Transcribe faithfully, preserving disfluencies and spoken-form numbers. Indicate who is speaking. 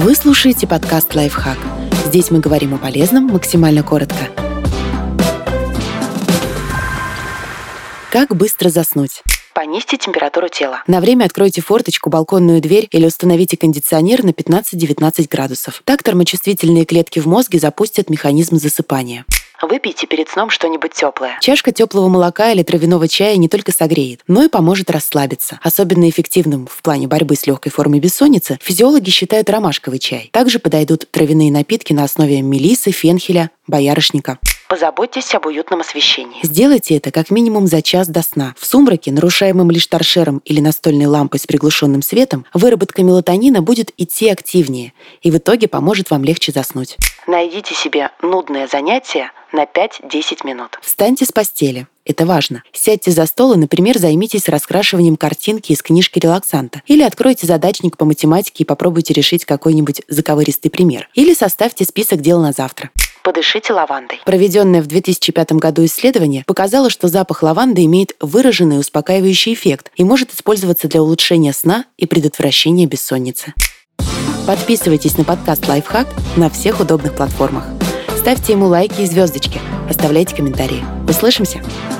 Speaker 1: Вы слушаете подкаст «Лайфхак». Здесь мы говорим о полезном максимально коротко. Как быстро заснуть?
Speaker 2: Понизьте температуру тела.
Speaker 1: На время откройте форточку, балконную дверь или установите кондиционер на пятнадцать-девятнадцать градусов. Так термочувствительные клетки в мозге запустят механизм засыпания.
Speaker 2: Выпейте перед сном что-нибудь теплое.
Speaker 1: Чашка теплого молока или травяного чая не только согреет, но и поможет расслабиться. Особенно эффективным в плане борьбы с легкой формой бессонницы физиологи считают ромашковый чай. Также подойдут травяные напитки на основе мелисы, фенхеля, боярышника.
Speaker 2: Позаботьтесь об уютном освещении.
Speaker 1: Сделайте это как минимум за час до сна. В сумраке, нарушаемом лишь торшером или настольной лампой с приглушенным светом, выработка мелатонина будет идти активнее и в итоге поможет вам легче заснуть.
Speaker 2: Найдите себе нудное занятие на пять-десять минут.
Speaker 1: Встаньте с постели. Это важно. Сядьте за стол и, например, займитесь раскрашиванием картинки из книжки релаксанта. Или откройте задачник по математике и попробуйте решить какой-нибудь заковыристый пример. Или составьте список дел на завтра.
Speaker 2: Подышите лавандой.
Speaker 1: Проведенное в две тысячи пятом году исследование показало, что запах лаванды имеет выраженный успокаивающий эффект и может использоваться для улучшения сна и предотвращения бессонницы. Подписывайтесь на подкаст «Лайфхак» на всех удобных платформах. Ставьте ему лайки и звездочки. Оставляйте комментарии. Услышимся!